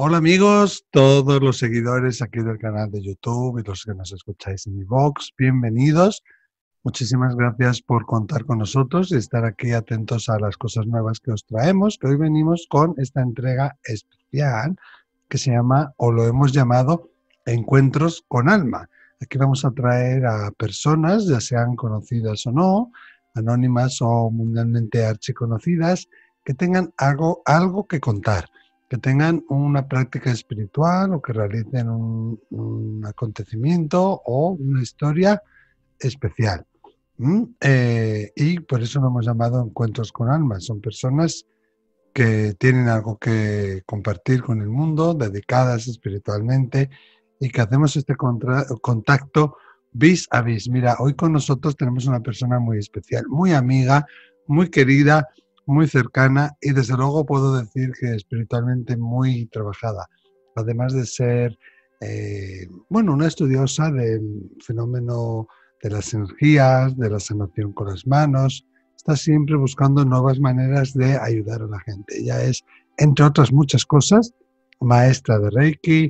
Hola amigos, todos los seguidores aquí del canal de YouTube y los que nos escucháis en iVoox, bienvenidos. Muchísimas gracias por contar con nosotros y estar aquí atentos a las cosas nuevas que os traemos, que hoy venimos con esta entrega especial que se llama, o lo hemos llamado, Encuentros con Alma. Aquí vamos a traer a personas, ya sean conocidas o no, anónimas o mundialmente archiconocidas, que tengan algo que contar, que tengan una práctica espiritual o que realicen un acontecimiento o una historia especial. Y por eso lo hemos llamado Encuentros con Alma. Son personas que tienen algo que compartir con el mundo, dedicadas espiritualmente y que hacemos este contacto vis a vis. Mira, hoy con nosotros tenemos una persona muy especial, muy amiga, muy querida, muy cercana y desde luego puedo decir que espiritualmente muy trabajada, además de ser, una estudiosa del fenómeno de las energías, de la sanación con las manos. Está siempre buscando nuevas maneras de ayudar a la gente. Ella es, entre otras muchas cosas, maestra de Reiki,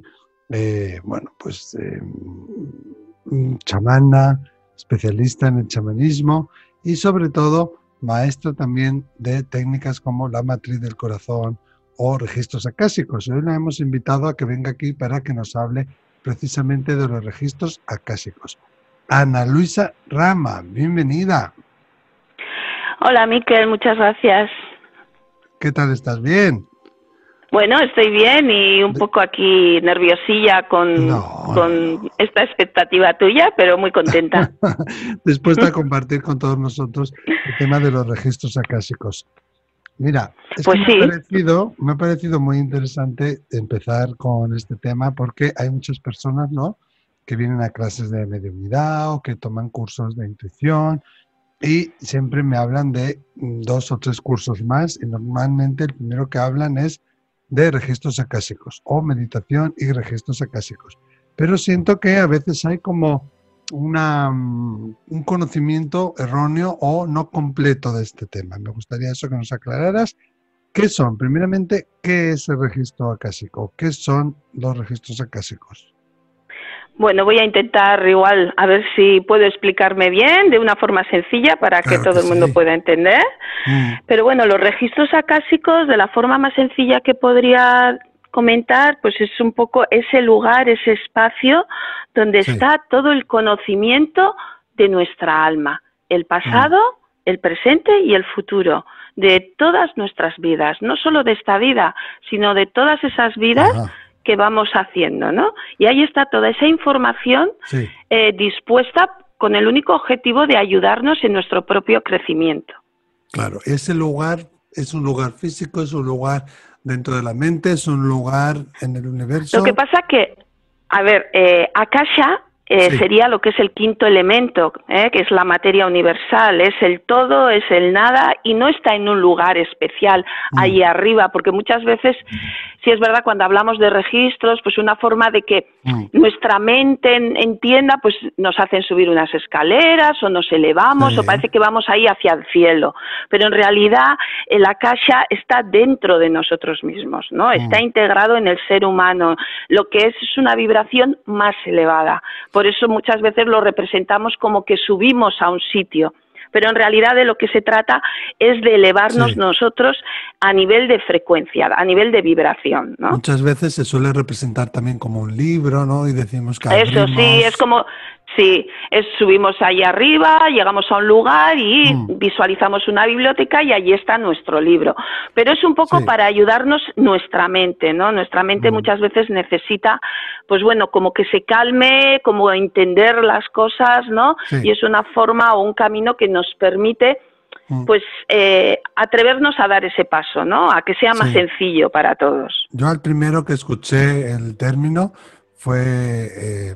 chamana, especialista en el chamanismo y sobre todo maestra también de técnicas como la matriz del corazón o registros acásicos. Hoy la hemos invitado a que venga aquí para que nos hable precisamente de los registros acásicos. Ana Luisa Rama, bienvenida. Hola, Miquel, muchas gracias. ¿Qué tal? ¿Estás bien? Bueno, estoy bien y un poco aquí nerviosilla con esta expectativa tuya, pero muy contenta. Dispuesta a compartir con todos nosotros el tema de los registros acásicos. Mira, pues que me ha parecido muy interesante empezar con este tema porque hay muchas personas, ¿no?, que vienen a clases de mediunidad o que toman cursos de intuición y siempre me hablan de 2 o 3 cursos más y normalmente el primero que hablan es de registros acásicos o meditación y registros acásicos. Pero siento que a veces hay como un conocimiento erróneo o no completo de este tema. Me gustaría eso que nos aclararas. ¿Qué son? Primeramente, ¿qué es el registro acásico? ¿Qué son los registros acásicos? Bueno, voy a intentar igual, a ver si puedo explicarme bien de una forma sencilla para que todo el mundo pueda entender. Pero bueno, los registros acásicos, de la forma más sencilla que podría comentar, pues es un poco ese lugar, ese espacio donde está todo el conocimiento de nuestra alma, el pasado, el presente y el futuro, de todas nuestras vidas, no solo de esta vida, sino de todas esas vidas que vamos haciendo, ¿no? Y ahí está toda esa información dispuesta con el único objetivo de ayudarnos en nuestro propio crecimiento. Claro, ese lugar es un lugar físico, es un lugar dentro de la mente, es un lugar en el universo. Lo que pasa que, a ver, Akasha sería lo que es el quinto elemento, que es la materia universal, es el todo, es el nada y no está en un lugar especial ahí arriba, porque muchas veces, sí es verdad, cuando hablamos de registros, pues una forma de que nuestra mente entienda, pues nos hacen subir unas escaleras o nos elevamos o parece que vamos ahí hacia el cielo, pero en realidad el Akasha está dentro de nosotros mismos, ¿no? Está integrado en el ser humano, lo que es una vibración más elevada. Por eso muchas veces lo representamos como que subimos a un sitio, pero en realidad de lo que se trata es de elevarnos nosotros a nivel de frecuencia, a nivel de vibración, ¿no? Muchas veces se suele representar también como un libro, ¿no? Y decimos que abrimos... Eso sí, es como... Sí, subimos ahí arriba, llegamos a un lugar y visualizamos una biblioteca y allí está nuestro libro. Pero es un poco para ayudarnos nuestra mente, ¿no? Nuestra mente muchas veces necesita, pues bueno, como que se calme, como entender las cosas, ¿no? Y es una forma o un camino que nos permite, pues, atrevernos a dar ese paso, ¿no? A que sea más sencillo para todos. Yo al primero que escuché el término fue,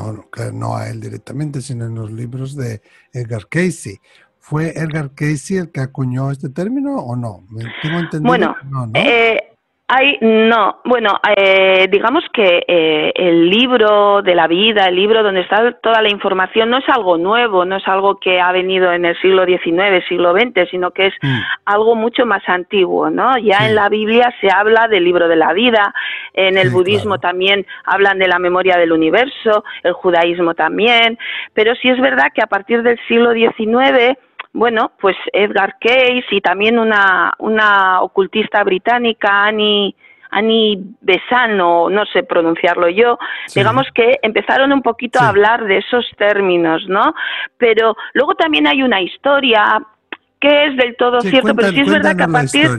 no a él directamente, sino en los libros de Edgar Cayce. ¿Fue Edgar Cayce el que acuñó este término o no? Tengo entendido bueno, que no, ¿no? No, bueno, digamos que el libro de la vida, el libro donde está toda la información, no es algo nuevo, no es algo que ha venido en el siglo XIX, siglo XX, sino que es algo mucho más antiguo, ¿no? Ya en la Biblia se habla del libro de la vida, en el budismo también hablan de la memoria del universo, el judaísmo también, pero sí es verdad que a partir del siglo XIX, bueno, pues Edgar Cayce y también una ocultista británica, Annie Besant, no sé pronunciarlo yo, digamos que empezaron un poquito a hablar de esos términos, ¿no? Pero luego también hay una historia que es del todo cierto, pero sí es verdad que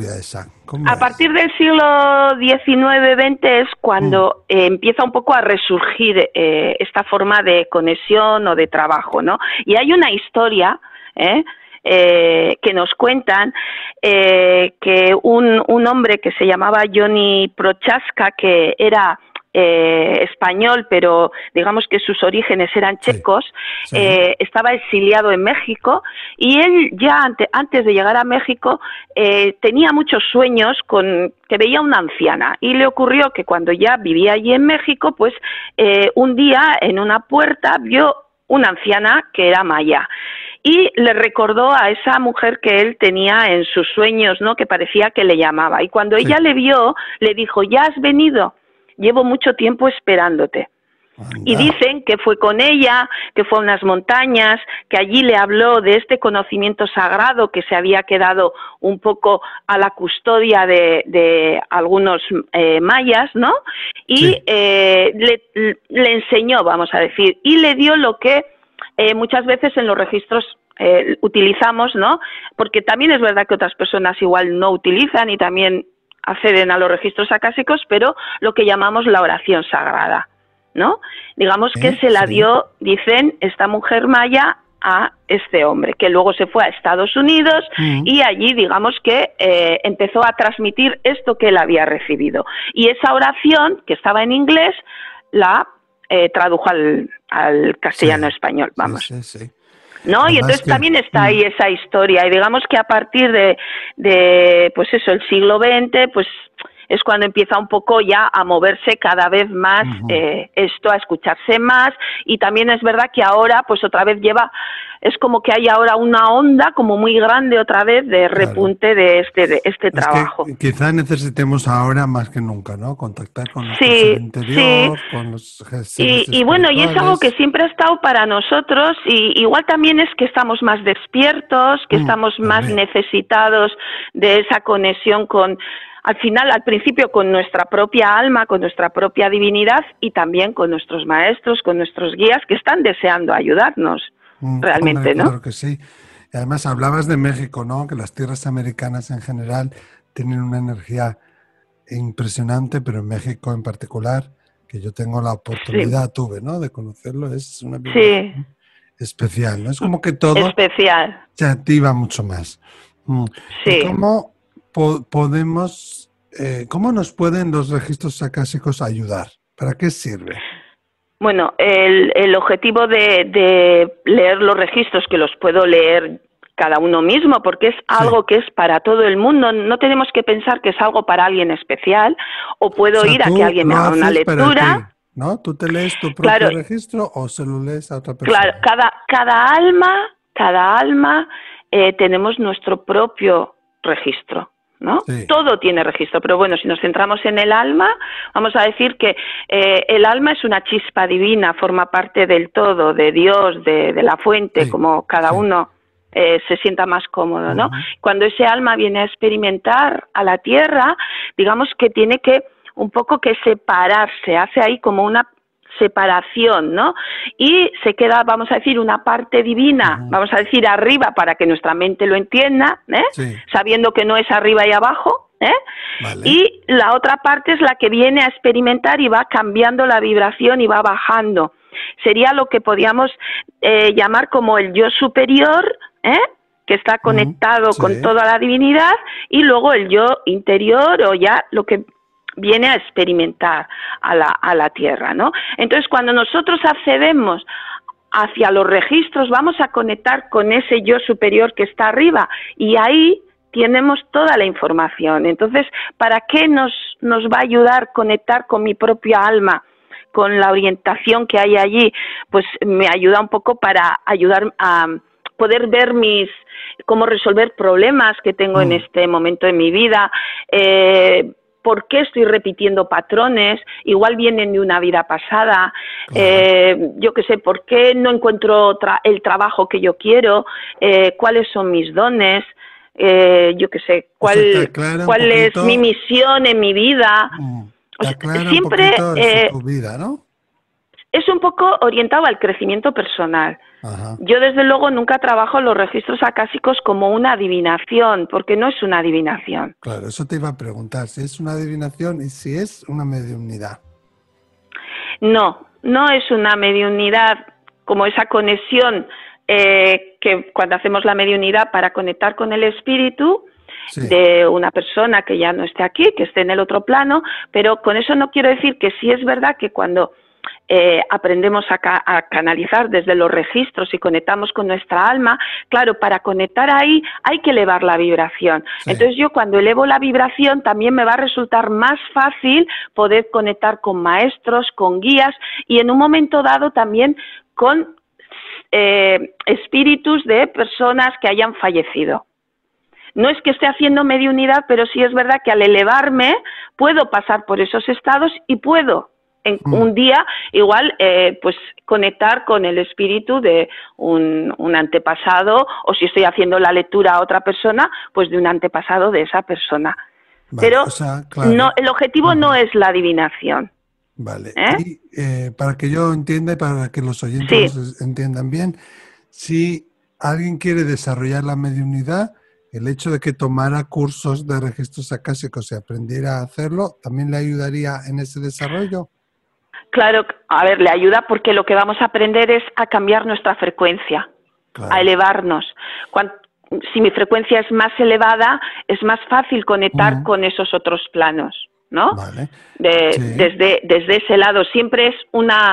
a partir del siglo XIX-XX es cuando empieza un poco a resurgir esta forma de conexión o de trabajo, ¿no? Y hay una historia, que nos cuentan que un hombre que se llamaba Johnny Prochaska, que era español, pero digamos que sus orígenes eran checos, estaba exiliado en México, y él ya antes de llegar a México tenía muchos sueños que veía una anciana, y le ocurrió que cuando ya vivía allí en México, pues un día en una puerta vio una anciana que era maya, y le recordó a esa mujer que él tenía en sus sueños, ¿no? Que parecía que le llamaba. Y cuando ella le vio, le dijo: ya has venido, llevo mucho tiempo esperándote. Y dicen que fue con ella, que fue a unas montañas, que allí le habló de este conocimiento sagrado que se había quedado un poco a la custodia de algunos mayas, ¿no? Y le enseñó, vamos a decir, y le dio lo que muchas veces en los registros utilizamos, ¿no? Porque también es verdad que otras personas igual no utilizan y también acceden a los registros acásicos, pero lo que llamamos la oración sagrada, ¿no? Digamos que se la dio, dicen, esta mujer maya a este hombre, que luego se fue a Estados Unidos y allí, digamos que empezó a transmitir esto que él había recibido. Y esa oración, que estaba en inglés, la tradujo al castellano-español, vamos. ¿No? Además, y entonces también está ahí esa historia, y digamos que a partir de pues eso, el siglo XX, pues es cuando empieza un poco ya a moverse cada vez más esto, a escucharse más, y también es verdad que ahora pues otra vez es como que hay ahora una onda como muy grande otra vez de repunte de este trabajo. Que quizá necesitemos ahora más que nunca, ¿no? Contactar con nuestro ser interior, con los seres y bueno, y es algo que siempre ha estado para nosotros, y igual también es que estamos más despiertos, que estamos más necesitados de esa conexión al final, al principio, con nuestra propia alma, con nuestra propia divinidad, y también con nuestros maestros, con nuestros guías, que están deseando ayudarnos, realmente, ¿no? Claro que sí. Y además hablabas de México, ¿no? Que las tierras americanas en general tienen una energía impresionante, pero en México en particular, que yo tengo la oportunidad, tuve, ¿no? De conocerlo, es una vibración especial, ¿no? Es como que todo se activa mucho más. Sí. ¿Cómo podemos, cómo nos pueden los registros acásicos ayudar? ¿Para qué sirve? Bueno, el objetivo de leer los registros, que los puedo leer cada uno mismo, porque es algo que es para todo el mundo, no tenemos que pensar que es algo para alguien especial, o puedo ir a que alguien me haga una lectura. ¿No? ¿Tú te lees tu propio registro o se lo lees a otra persona? Claro, cada alma tenemos nuestro propio registro, ¿no? Todo tiene registro, pero bueno, si nos centramos en el alma, vamos a decir que el alma es una chispa divina, forma parte del todo, de Dios, de la fuente, como cada uno se sienta más cómodo, ¿no? Cuando ese alma viene a experimentar a la tierra, digamos que tiene que un poco que separarse, hace ahí como una separación, ¿no? Y se queda, vamos a decir, una parte divina, vamos a decir arriba para que nuestra mente lo entienda, sabiendo que no es arriba y abajo, y la otra parte es la que viene a experimentar y va cambiando la vibración y va bajando. Sería lo que podríamos llamar como el yo superior, que está conectado con toda la divinidad, y luego el yo interior, o ya lo que viene a experimentar a la tierra, ¿no? Entonces, cuando nosotros accedemos hacia los registros, vamos a conectar con ese yo superior que está arriba, y ahí tenemos toda la información. Entonces, ¿para qué nos va a ayudar conectar con mi propia alma, con la orientación que hay allí? Pues me ayuda un poco para ayudar a poder ver cómo resolver problemas que tengo en este momento de mi vida, por qué estoy repitiendo patrones, igual vienen de una vida pasada, yo qué sé, por qué no encuentro el trabajo que yo quiero, cuáles son mis dones, yo qué sé, cuál es mi misión en mi vida. Te aclara siempre un poquito tu vida, ¿no? Es un poco orientado al crecimiento personal. Ajá. Yo, desde luego, nunca trabajo los registros acásicos como una adivinación, porque no es una adivinación. Claro, eso te iba a preguntar, si es una adivinación y si es una mediumnidad. No, no es una mediunidad como esa conexión que cuando hacemos la mediunidad para conectar con el espíritu de una persona que ya no esté aquí, que esté en el otro plano, pero con eso no quiero decir que sí es verdad que cuando aprendemos a canalizar desde los registros y conectamos con nuestra alma, claro, para conectar ahí hay que elevar la vibración. Entonces yo, cuando elevo la vibración, también me va a resultar más fácil poder conectar con maestros, con guías y en un momento dado también con espíritus de personas que hayan fallecido. No es que esté haciendo mediunidad, pero sí es verdad que al elevarme puedo pasar por esos estados y puedo un día igual pues conectar con el espíritu de un antepasado, o si estoy haciendo la lectura a otra persona, pues de un antepasado de esa persona. Vale, pero o sea, claro, no, el objetivo no es la adivinación. Vale, y para que yo entienda y para que los oyentes entiendan bien, si alguien quiere desarrollar la mediunidad, el hecho de que tomara cursos de registros acásicos y aprendiera a hacerlo, ¿también le ayudaría en ese desarrollo? Claro, a ver, le ayuda porque lo que vamos a aprender es a cambiar nuestra frecuencia, a elevarnos. Si mi frecuencia es más elevada, es más fácil conectar con esos otros planos, ¿no? Vale. Desde ese lado siempre es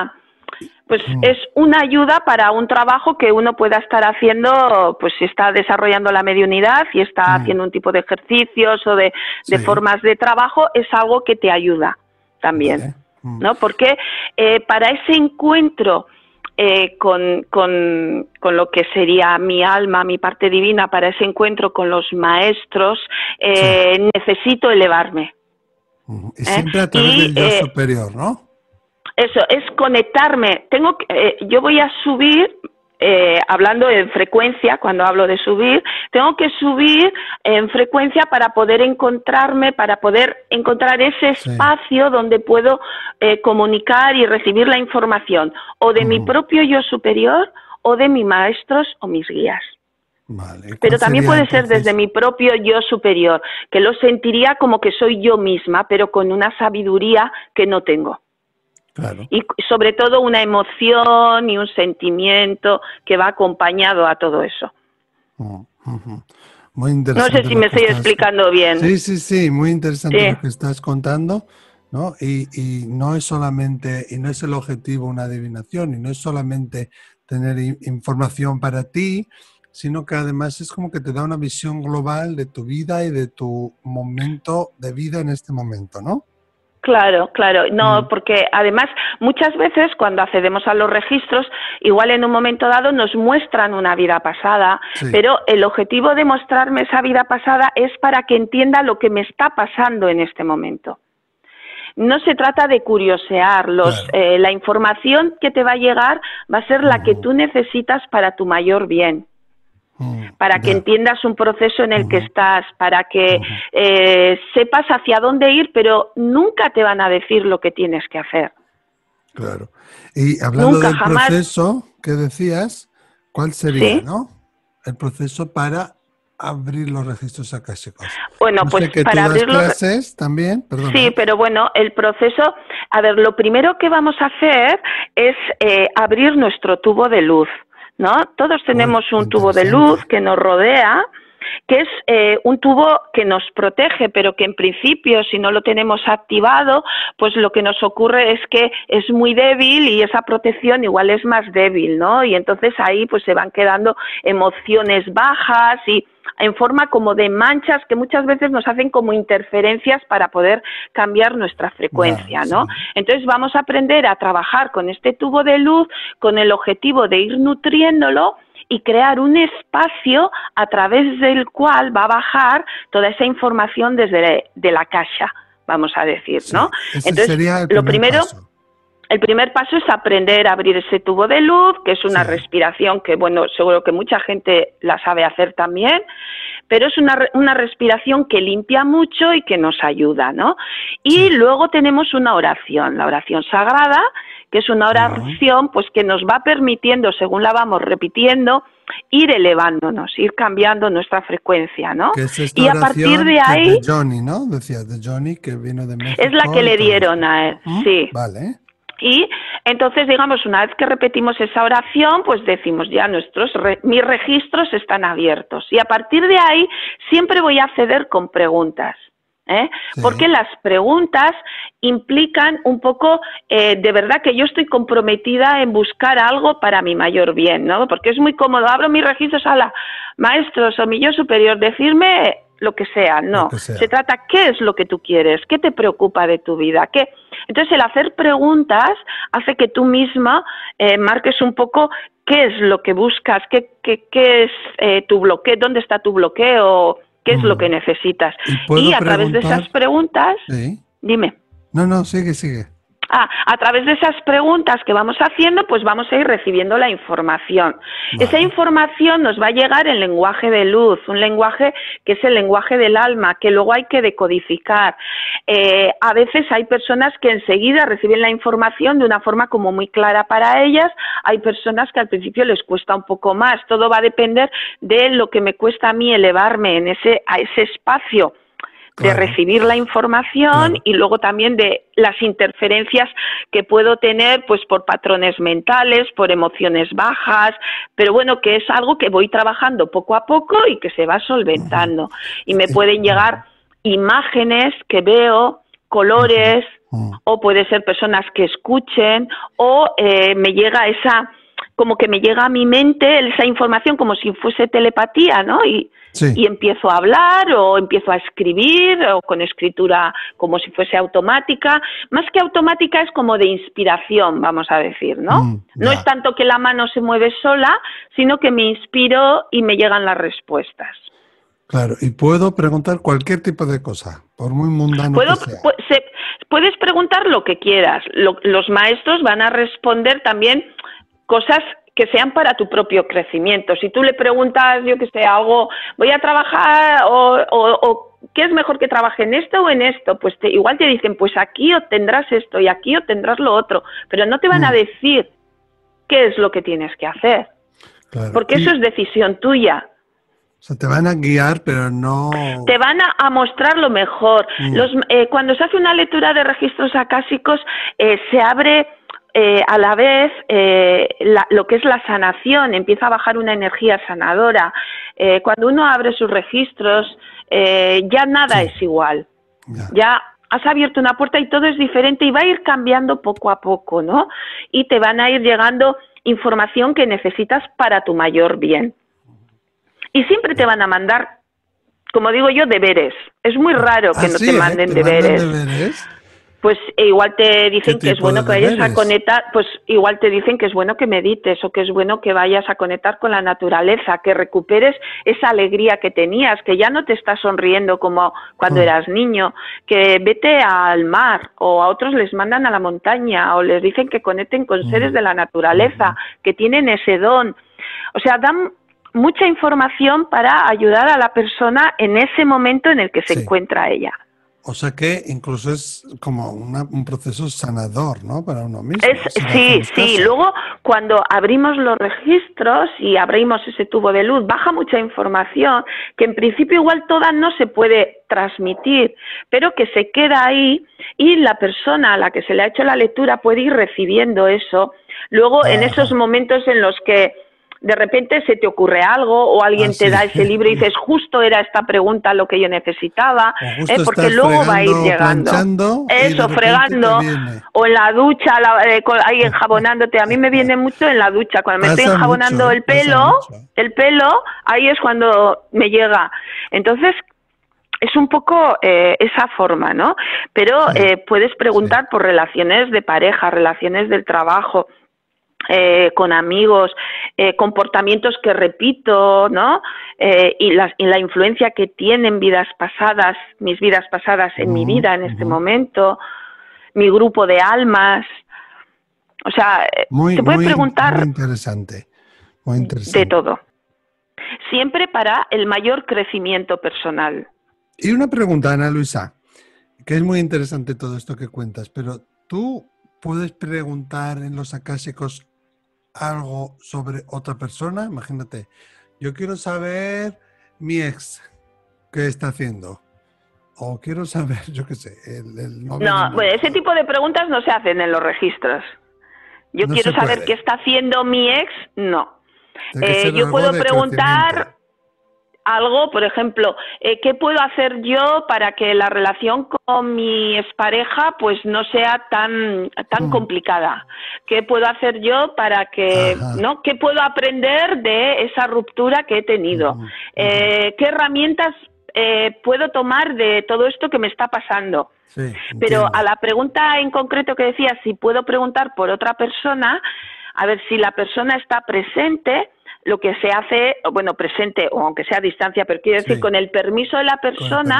es una ayuda para un trabajo que uno pueda estar haciendo, pues si está desarrollando la mediunidad y está haciendo un tipo de ejercicios o de formas de trabajo, es algo que te ayuda también. Vale. ¿No? Porque para ese encuentro con lo que sería mi alma, mi parte divina, para ese encuentro con los maestros, necesito elevarme. Y siempre a través del yo superior, ¿no? Eso, es conectarme. Yo voy a subir, hablando en frecuencia, cuando hablo de subir, tengo que subir en frecuencia para poder encontrarme, para poder encontrar ese espacio donde puedo comunicar y recibir la información, o de mi propio yo superior, o de mis maestros o mis guías. Vale. Pero también puede ser desde mi propio yo superior, que lo sentiría como que soy yo misma, pero con una sabiduría que no tengo. Claro. Y sobre todo una emoción y un sentimiento que va acompañado a todo eso. Muy interesante. No sé si me estoy explicando bien. Sí, muy interesante lo que estás contando, ¿no? Y no es solamente, y no es el objetivo una adivinación, y no es solamente tener información para ti, sino que además es como que te da una visión global de tu vida y de tu momento de vida en este momento, ¿no? Claro, no, porque además muchas veces cuando accedemos a los registros, igual en un momento dado nos muestran una vida pasada, pero el objetivo de mostrarme esa vida pasada es para que entienda lo que me está pasando en este momento. No se trata de curiosear, la información que te va a llegar va a ser la que tú necesitas para tu mayor bien. Para que entiendas un proceso en el que estás, para que sepas hacia dónde ir, pero nunca te van a decir lo que tienes que hacer. Claro. Y hablando del proceso que decías, ¿cuál sería, no? El proceso para abrir los registros acásicos. Bueno, no pues sé que para tú das abrirlos clases también, perdona. Sí, pero bueno, el proceso, a ver, lo primero que vamos a hacer es abrir nuestro tubo de luz, ¿no? Todos tenemos un tubo de luz que nos rodea, que es un tubo que nos protege, pero que en principio, si no lo tenemos activado, pues lo que nos ocurre es que es muy débil y esa protección igual es más débil, ¿no? Y entonces ahí pues se van quedando emociones bajas y en forma como de manchas que muchas veces nos hacen como interferencias para poder cambiar nuestra frecuencia, ¿no? Sí. Entonces vamos a aprender a trabajar con este tubo de luz con el objetivo de ir nutriéndolo y crear un espacio a través del cual va a bajar toda esa información desde de la caja, vamos a decir, ¿no? Sí, ese Entonces, sería el lo primer primero... paso. El primer paso es aprender a abrir ese tubo de luz, que es una Sí. respiración que, bueno, seguro que mucha gente la sabe hacer también, pero es una respiración que limpia mucho y que nos ayuda, ¿no? Y Sí. luego tenemos una oración, la oración sagrada, que es una oración pues que nos va permitiendo, según la vamos repitiendo, ir elevándonos, ir cambiando nuestra frecuencia, ¿no? Que es esta Y a partir oración de que ahí de Johnny, ¿no? Decías, de Johnny, que vino de es la México que y le todo dieron esto. a él, sí. Vale. Y entonces, digamos, una vez que repetimos esa oración, pues decimos ya mis registros están abiertos. Y a partir de ahí siempre voy a acceder con preguntas. Sí. Porque las preguntas implican un poco de verdad que yo estoy comprometida en buscar algo para mi mayor bien, ¿no? Porque es muy cómodo, abro mis registros a la maestros o mi yo superior, decirme lo que sea, no. Lo que sea. Se trata qué es lo que tú quieres, qué te preocupa de tu vida, qué. Entonces el hacer preguntas hace que tú misma marques un poco qué es lo que buscas, qué es tu bloqueo, dónde está tu bloqueo, qué es lo que necesitas. Y a través de esas preguntas, sí. Dime. No, sigue. A través de esas preguntas que vamos haciendo, pues vamos a ir recibiendo la información. Vale. Esa información nos va a llegar en lenguaje de luz, un lenguaje que es el lenguaje del alma, que luego hay que decodificar. A veces hay personas que enseguida reciben la información de una forma como muy clara para ellas, hay personas que al principio les cuesta un poco más. Todo va a depender de lo que me cuesta a mí elevarme a ese espacio de recibir la información y luego también de las interferencias que puedo tener pues por patrones mentales, por emociones bajas, pero bueno, que es algo que voy trabajando poco a poco y que se va solventando. Y me pueden llegar imágenes que veo, colores, o puede ser personas que escuchen, o me llega como que me llega a mi mente esa información como si fuese telepatía, ¿no? Y empiezo a hablar o empiezo a escribir o con escritura como si fuese automática. Más que automática es como de inspiración, vamos a decir, ¿no? No es tanto que la mano se mueve sola, sino que me inspiro y me llegan las respuestas. Claro, y puedo preguntar cualquier tipo de cosa, por muy mundano que sea. Puedes preguntar lo que quieras. Los maestros van a responder también cosas que sean para tu propio crecimiento. Si tú le preguntas, yo que sé, algo, voy a trabajar o ¿qué es mejor que trabaje en esto o en esto? Pues igual te dicen, pues aquí obtendrás esto y aquí obtendrás lo otro, pero no te van a decir qué es lo que tienes que hacer, porque eso es decisión tuya. O sea, te van a guiar, pero no... Te van a mostrar lo mejor. Cuando se hace una lectura de registros acásicos, se abre... a la vez lo que es la sanación, empieza a bajar una energía sanadora. Cuando uno abre sus registros, ya nada es igual. Ya has abierto una puerta y todo es diferente y va a ir cambiando poco a poco, ¿no? Y te van a ir llegando información que necesitas para tu mayor bien. Y siempre te van a mandar, como digo yo, deberes. Es muy raro que no te manden deberes. Pues igual te dicen que es bueno que vayas a conectar, pues igual te dicen que es bueno que medites o que es bueno que vayas a conectar con la naturaleza, que recuperes esa alegría que tenías, que ya no te estás sonriendo como cuando eras niño, que vete al mar o a otros les mandan a la montaña o les dicen que conecten con seres de la naturaleza, que tienen ese don. O sea, dan mucha información para ayudar a la persona en ese momento en el que se encuentra ella. O sea que incluso es como un proceso sanador, ¿no? Para uno mismo. Sí. Luego, cuando abrimos los registros y abrimos ese tubo de luz, baja mucha información que en principio igual toda no se puede transmitir, pero que se queda ahí y la persona a la que se le ha hecho la lectura puede ir recibiendo eso. Luego, en esos momentos en los que de repente se te ocurre algo o alguien te da ese libro y dices, justo era esta pregunta lo que yo necesitaba, porque luego va a ir llegando. Eso, fregando, o en la ducha, ahí enjabonándote. A mí me viene mucho en la ducha, cuando me estoy enjabonando el pelo, ahí es cuando me llega. Entonces, es un poco esa forma, ¿no? Pero puedes preguntar por relaciones de pareja, relaciones del trabajo, con amigos, comportamientos que repito, ¿no? Y la influencia que tienen vidas pasadas, mis vidas pasadas en mi vida en este momento, mi grupo de almas. O sea, se puede preguntar muy interesante. De todo. Siempre para el mayor crecimiento personal. Y una pregunta, Ana Luisa, que es muy interesante todo esto que cuentas, pero tú puedes preguntar en los akáshicos algo sobre otra persona. Imagínate, yo quiero saber mi ex qué está haciendo, o quiero saber, yo qué sé, el novio. No, bueno, ese tipo de preguntas no se hacen en los registros. Yo no quiero saber qué está haciendo mi ex, no. Yo puedo preguntar algo, por ejemplo, ¿qué puedo hacer yo para que la relación con mi expareja pues no sea tan complicada? ¿Qué puedo hacer yo para que, ¿no? ¿Qué puedo aprender de esa ruptura que he tenido? ¿Qué herramientas puedo tomar de todo esto que me está pasando? Sí, pero a la pregunta en concreto que decía, si puedo preguntar por otra persona, a ver si la persona está presente. Lo que se hace, bueno, presente o aunque sea a distancia, pero quiero decir, con el permiso de la persona,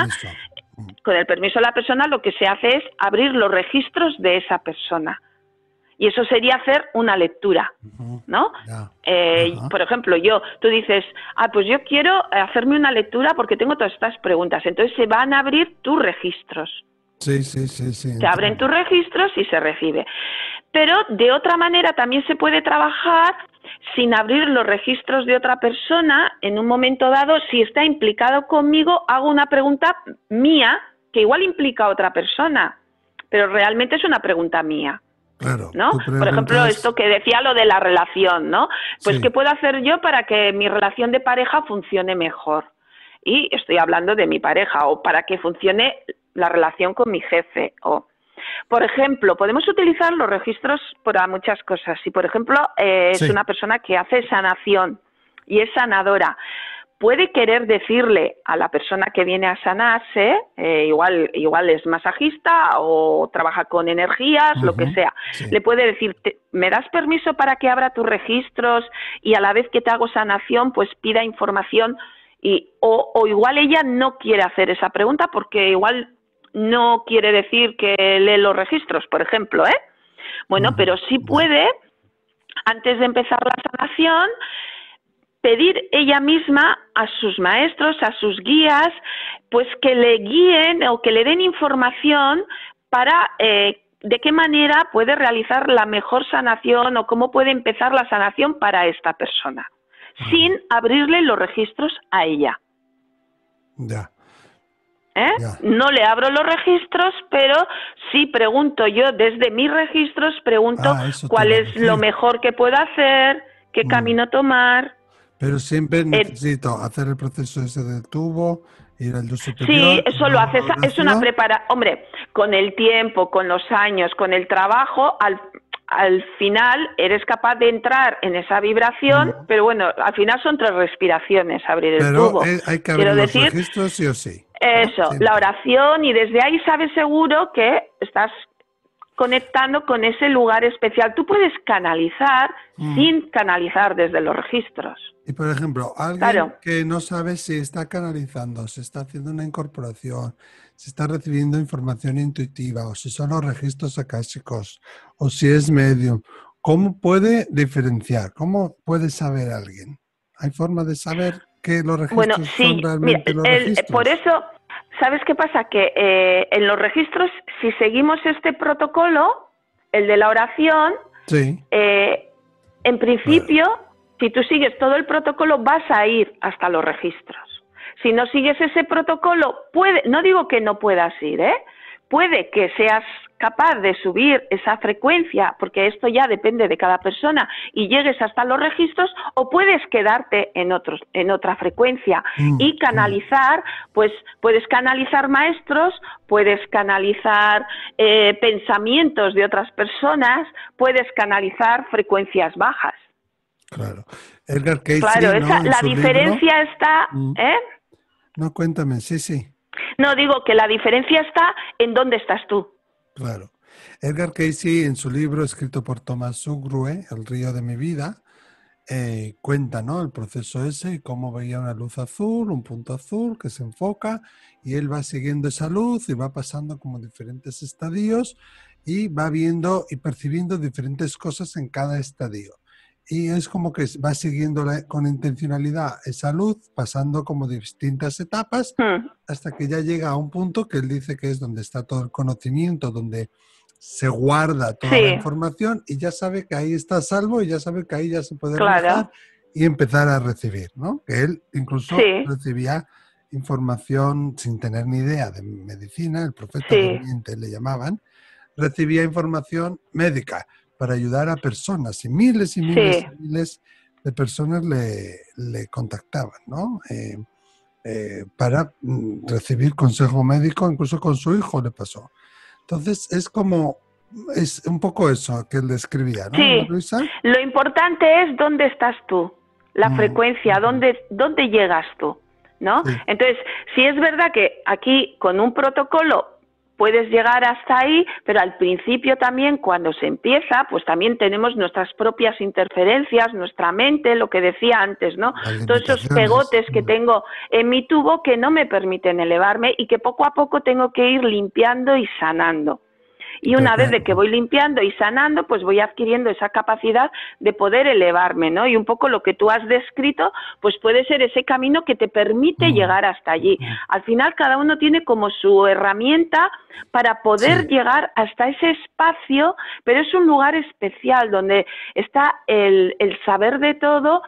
lo que se hace es abrir los registros de esa persona. Y eso sería hacer una lectura, ¿no? Por ejemplo, tú dices, pues yo quiero hacerme una lectura porque tengo todas estas preguntas. Entonces se van a abrir tus registros. Sí. Se abren tus registros y se recibe. Pero de otra manera también se puede trabajar sin abrir los registros de otra persona. En un momento dado, si está implicado conmigo, hago una pregunta mía que igual implica a otra persona, pero realmente es una pregunta mía. Claro, ¿no? Por ejemplo, esto que decía lo de la relación, ¿no? Pues ¿qué puedo hacer yo para que mi relación de pareja funcione mejor? Y estoy hablando de mi pareja, o para que funcione la relación con mi jefe, por ejemplo, podemos utilizar los registros para muchas cosas. Si, por ejemplo, es una persona que hace sanación y es sanadora, puede querer decirle a la persona que viene a sanarse, igual es masajista o trabaja con energías, lo que sea, le puede decir, ¿me das permiso para que abra tus registros y a la vez que te hago sanación, pues pida información? O igual ella no quiere hacer esa pregunta porque igual no quiere decir que lee los registros, por ejemplo, Bueno, pero sí puede, antes de empezar la sanación, pedir ella misma a sus maestros, a sus guías, pues que le guíen o que le den información para de qué manera puede realizar la mejor sanación o cómo puede empezar la sanación para esta persona, sin abrirle los registros a ella. No le abro los registros, pero sí pregunto yo desde mis registros, pregunto cuál es lo mejor que puedo hacer, qué camino tomar. Pero siempre necesito hacer el proceso ese del tubo, ir al luz superior. Sí, eso lo haces, es una preparación. Hombre, con el tiempo, con los años, con el trabajo, al final eres capaz de entrar en esa vibración, pero bueno, al final son 3 respiraciones abrir el tubo. Pero hay que abrir los registros sí o sí. Eso, la oración, y desde ahí sabes seguro que estás conectando con ese lugar especial. Tú puedes canalizar sin canalizar desde los registros. Y por ejemplo, alguien que no sabe si está canalizando, si está haciendo una incorporación, si está recibiendo información intuitiva, o si son los registros akáshicos, o si es medium, ¿cómo puede diferenciar? ¿Cómo puede saber alguien? ¿Hay forma de saber que los registros son realmente los registros? Por eso, ¿sabes qué pasa? Que en los registros, si seguimos este protocolo, el de la oración, en principio, si tú sigues todo el protocolo, vas a ir hasta los registros. Si no sigues ese protocolo, no digo que no puedas ir, puede que seas capaz de subir esa frecuencia, porque esto ya depende de cada persona, y llegues hasta los registros, o puedes quedarte en otra frecuencia y canalizar, pues puedes canalizar maestros, puedes canalizar pensamientos de otras personas, puedes canalizar frecuencias bajas. Claro. Edgar Cayce, claro, ¿no? En la su diferencia libro, está, No, cuéntame, sí. No, digo que la diferencia está en dónde estás tú. Claro. Edgar Cayce, en su libro escrito por Thomas Sugrue, El río de mi vida, cuenta, ¿no?, el proceso ese y cómo veía una luz azul, un punto azul que se enfoca y él va siguiendo esa luz y va pasando como diferentes estadios y va viendo y percibiendo diferentes cosas en cada estadio. Y es como que va siguiendo con intencionalidad esa luz, pasando como distintas etapas hasta que ya llega a un punto que él dice que es donde está todo el conocimiento, donde se guarda toda la información y ya sabe que ahí está a salvo y ya sabe que ahí ya se puede relajar y empezar a recibir, ¿no? Que él incluso recibía información sin tener ni idea de medicina, el profeta durmiente le llamaban, recibía información médica para ayudar a personas y miles y miles y miles de personas le contactaban, ¿no? Para recibir consejo médico, incluso con su hijo le pasó. Entonces es un poco eso que él describía, ¿no, sí. Luisa? Lo importante es dónde estás tú, la frecuencia, dónde llegas tú, ¿no? Sí. Entonces, sí es verdad que aquí con un protocolo puedes llegar hasta ahí, pero al principio también, cuando se empieza, pues también tenemos nuestras propias interferencias, nuestra mente, lo que decía antes, ¿no? Todos esos pegotes que tengo en mi tubo que no me permiten elevarme y que poco a poco tengo que ir limpiando y sanando. Y una vez de que voy limpiando y sanando, pues voy adquiriendo esa capacidad de poder elevarme, ¿no? Y un poco lo que tú has descrito, pues puede ser ese camino que te permite llegar hasta allí. Al final cada uno tiene como su herramienta para poder llegar hasta ese espacio, pero es un lugar especial donde está el saber de todo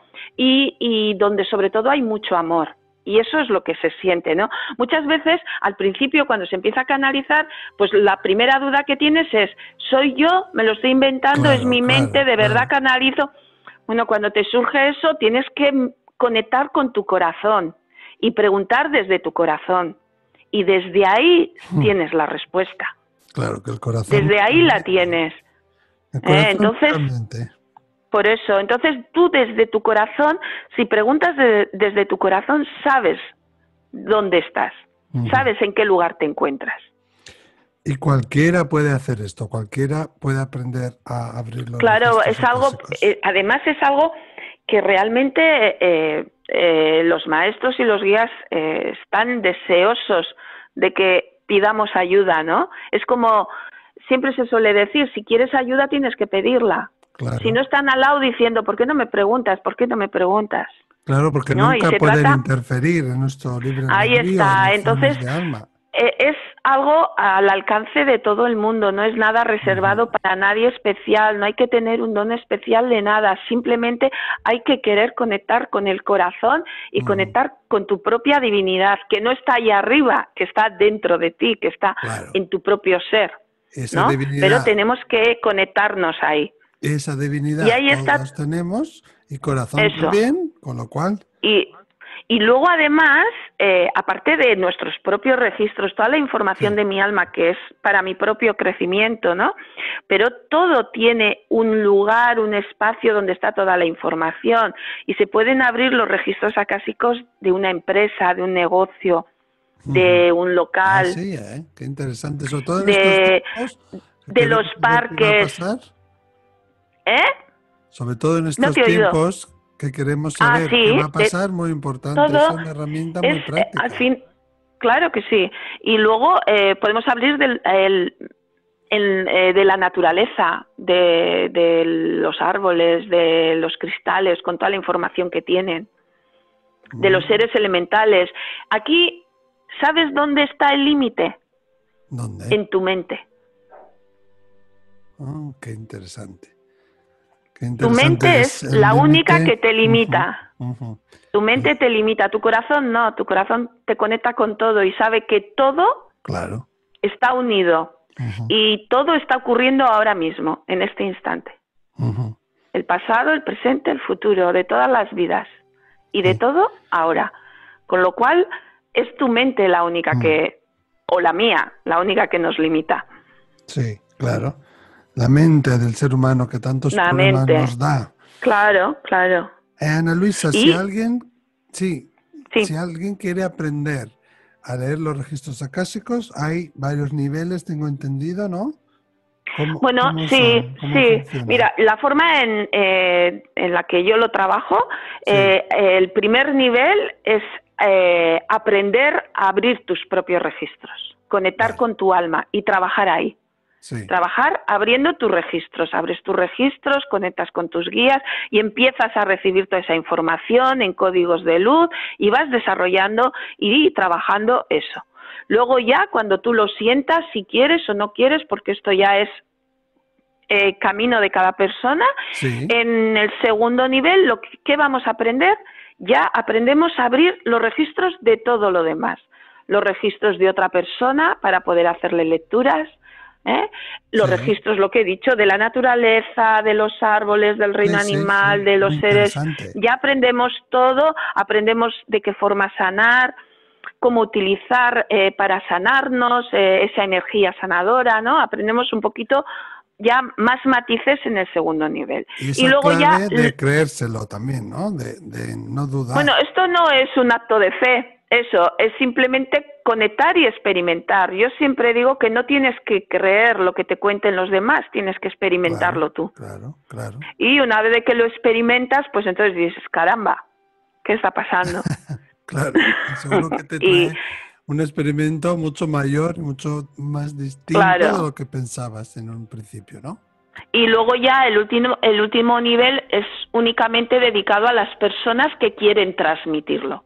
y donde sobre todo hay mucho amor. Y eso es lo que se siente, ¿no? Muchas veces, al principio, cuando se empieza a canalizar, pues la primera duda que tienes es, ¿soy yo? ¿Me lo estoy inventando? ¿Es mi mente? ¿De verdad canalizo? Bueno, cuando te surge eso, tienes que conectar con tu corazón y preguntar desde tu corazón. Y desde ahí tienes la respuesta. Claro, que el corazón... Desde ahí la tienes. Entonces... Por eso, entonces tú desde tu corazón, si preguntas desde tu corazón, sabes dónde estás, sabes en qué lugar te encuentras. Y cualquiera puede hacer esto, cualquiera puede aprender a abrirlo. Claro, es algo, además es algo que realmente los maestros y los guías están deseosos de que pidamos ayuda, ¿no? Es como siempre se suele decir, si quieres ayuda tienes que pedirla. Claro. Si no están al lado diciendo, ¿por qué no me preguntas? ¿Por qué no me preguntas? Claro, porque ¿no? Nunca pueden interferir en nuestro libre albedrío. Ahí está, entonces de alma. Es algo al alcance de todo el mundo, no es nada reservado para nadie especial, no hay que tener un don especial de nada, simplemente hay que querer conectar con el corazón y conectar con tu propia divinidad, que no está allá arriba, que está dentro de ti, que está en tu propio ser, esa ¿no? divinidad, pero tenemos que conectarnos ahí. Esa divinidad y ahí está, todos tenemos, y corazón también, con lo cual... Y luego además, aparte de nuestros propios registros, toda la información de mi alma que es para mi propio crecimiento, ¿no? Pero todo tiene un lugar, un espacio donde está toda la información y se pueden abrir los registros acásicos de una empresa, de un negocio, de un local. Sí, qué interesante, sobre todo en estos tiempos. De los parques. Sobre todo en estos tiempos que queremos saber qué va a pasar, muy importante, es una herramienta muy práctica. Al fin, claro que sí. Y luego podemos hablar de la naturaleza, de los árboles, de los cristales, con toda la información que tienen, de los seres elementales. Aquí, ¿sabes dónde está el límite? ¿Dónde? En tu mente. Oh, qué interesante. Tu mente es la única que te limita. Tu mente te limita, tu corazón no. Tu corazón te conecta con todo y sabe que todo está unido. Y todo está ocurriendo ahora mismo, en este instante. El pasado, el presente, el futuro, de todas las vidas. Y de todo ahora. Con lo cual, es tu mente la única que, o la mía, la única que nos limita. Sí, claro. La mente del ser humano que tantos problemas nos da. Claro, claro. Ana Luisa, si alguien quiere aprender a leer los registros acásicos, hay varios niveles, tengo entendido, ¿no? Bueno, sí. Mira, la forma en la que yo lo trabajo, el primer nivel es aprender a abrir tus propios registros, conectar con tu alma y trabajar ahí. Trabajar abriendo tus registros, abres tus registros, conectas con tus guías y empiezas a recibir toda esa información en códigos de luz y vas desarrollando y trabajando eso. Luego ya cuando tú lo sientas, si quieres o no quieres, porque esto ya es camino de cada persona, en el segundo nivel, ¿qué vamos a aprender? Ya aprendemos a abrir los registros de todo lo demás, los registros de otra persona para poder hacerle lecturas, los registros, lo que he dicho, de la naturaleza, de los árboles, del reino animal, de los seres. Ya aprendemos todo, aprendemos de qué forma sanar, cómo utilizar para sanarnos, esa energía sanadora, ¿no? Aprendemos un poquito ya más matices en el segundo nivel. Y esa luego clave ya de creérselo también, ¿no? De no dudar. Bueno, esto no es un acto de fe. Eso, es simplemente conectar y experimentar. Yo siempre digo que no tienes que creer lo que te cuenten los demás, tienes que experimentarlo tú. Claro. Y una vez de que lo experimentas, pues entonces dices, caramba, ¿qué está pasando? Claro, seguro que te trae un experimento mucho mayor, mucho más distinto de lo que pensabas en un principio, ¿no? Y luego ya el último nivel es únicamente dedicado a las personas que quieren transmitirlo.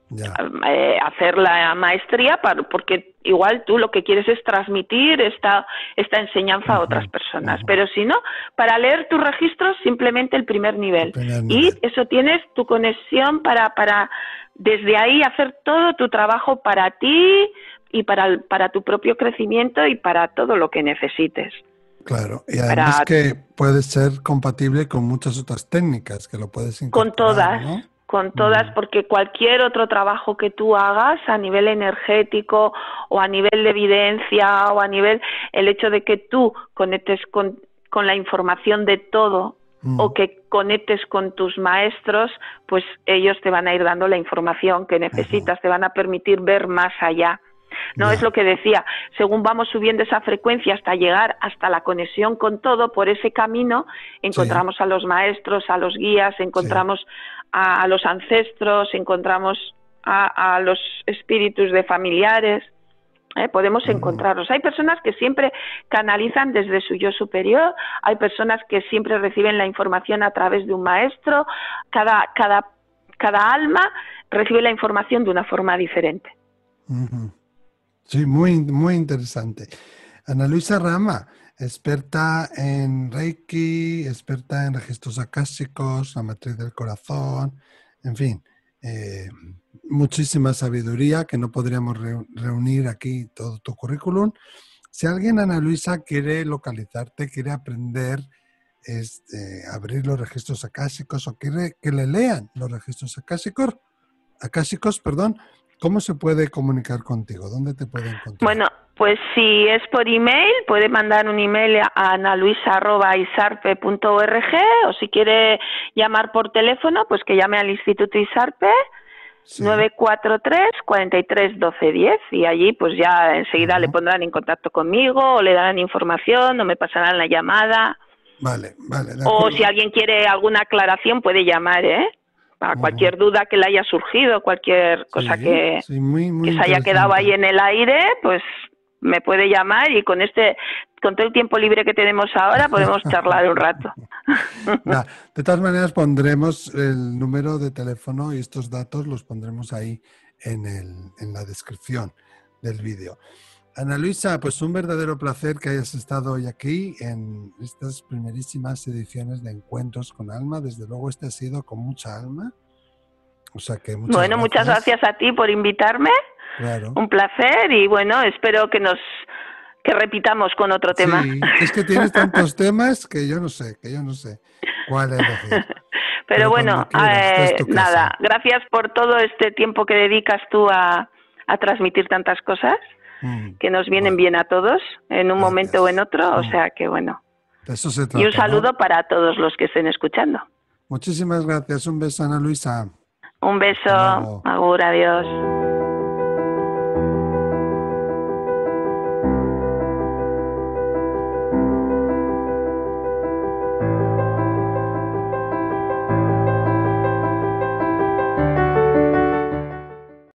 Hacer la maestría porque igual tú lo que quieres es transmitir esta enseñanza a otras personas, pero si no, para leer tus registros simplemente el primer nivel. Y eso tienes tu conexión para desde ahí hacer todo tu trabajo para ti y para tu propio crecimiento y para todo lo que necesites. Claro, y además que puede ser compatible con muchas otras técnicas que lo puedes incorporar, con todas, ¿no? Con todas, porque cualquier otro trabajo que tú hagas a nivel energético o a nivel de evidencia o a nivel, el hecho de que tú conectes con la información de todo o que conectes con tus maestros, pues ellos te van a ir dando la información que necesitas, te van a permitir ver más allá. No es lo que decía, según vamos subiendo esa frecuencia hasta llegar hasta la conexión con todo, por ese camino encontramos a los maestros, a los guías, encontramos a los ancestros, encontramos a los espíritus de familiares, podemos encontrarlos. Hay personas que siempre canalizan desde su yo superior, hay personas que siempre reciben la información a través de un maestro, cada alma recibe la información de una forma diferente. Sí, muy interesante. Ana Luisa Rama, experta en Reiki, experta en registros akáshicos, la matriz del corazón, en fin, muchísima sabiduría que no podríamos reunir aquí todo tu currículum. Si alguien, Ana Luisa, quiere localizarte, quiere aprender abrir los registros akáshicos o quiere que le lean los registros akáshicos, ¿cómo se puede comunicar contigo? ¿Dónde te puede encontrar? Bueno, pues si es por email, puede mandar un email a analuisa@isarpe.org o si quiere llamar por teléfono, pues que llame al Instituto Isarpe, 943 43 12 10 y allí pues ya enseguida le pondrán en contacto conmigo o le darán información o me pasarán la llamada. Vale. O si alguien quiere alguna aclaración puede llamar, para cualquier duda que le haya surgido, cualquier cosa que se haya quedado ahí en el aire, pues me puede llamar y con todo el tiempo libre que tenemos ahora podemos charlar un rato. De todas maneras pondremos el número de teléfono y estos datos los pondremos ahí en la descripción del vídeo. Ana Luisa, pues un verdadero placer que hayas estado hoy aquí en estas primerísimas ediciones de Encuentros con Alma. Desde luego ha sido con mucha alma. O sea que muchas gracias a ti por invitarme. Claro. Un placer y bueno, espero que que repitamos con otro tema. Sí, es que tienes tantos temas que yo no sé cuál elegir. Pero bueno, nada, gracias por todo este tiempo que dedicas tú a transmitir tantas cosas que nos vienen bien a todos en un momento o en otro, o sea que bueno. De eso se trata, y un saludo, ¿no? Para todos los que estén escuchando. Muchísimas gracias, un beso, Ana Luisa. Un beso, agur, adiós.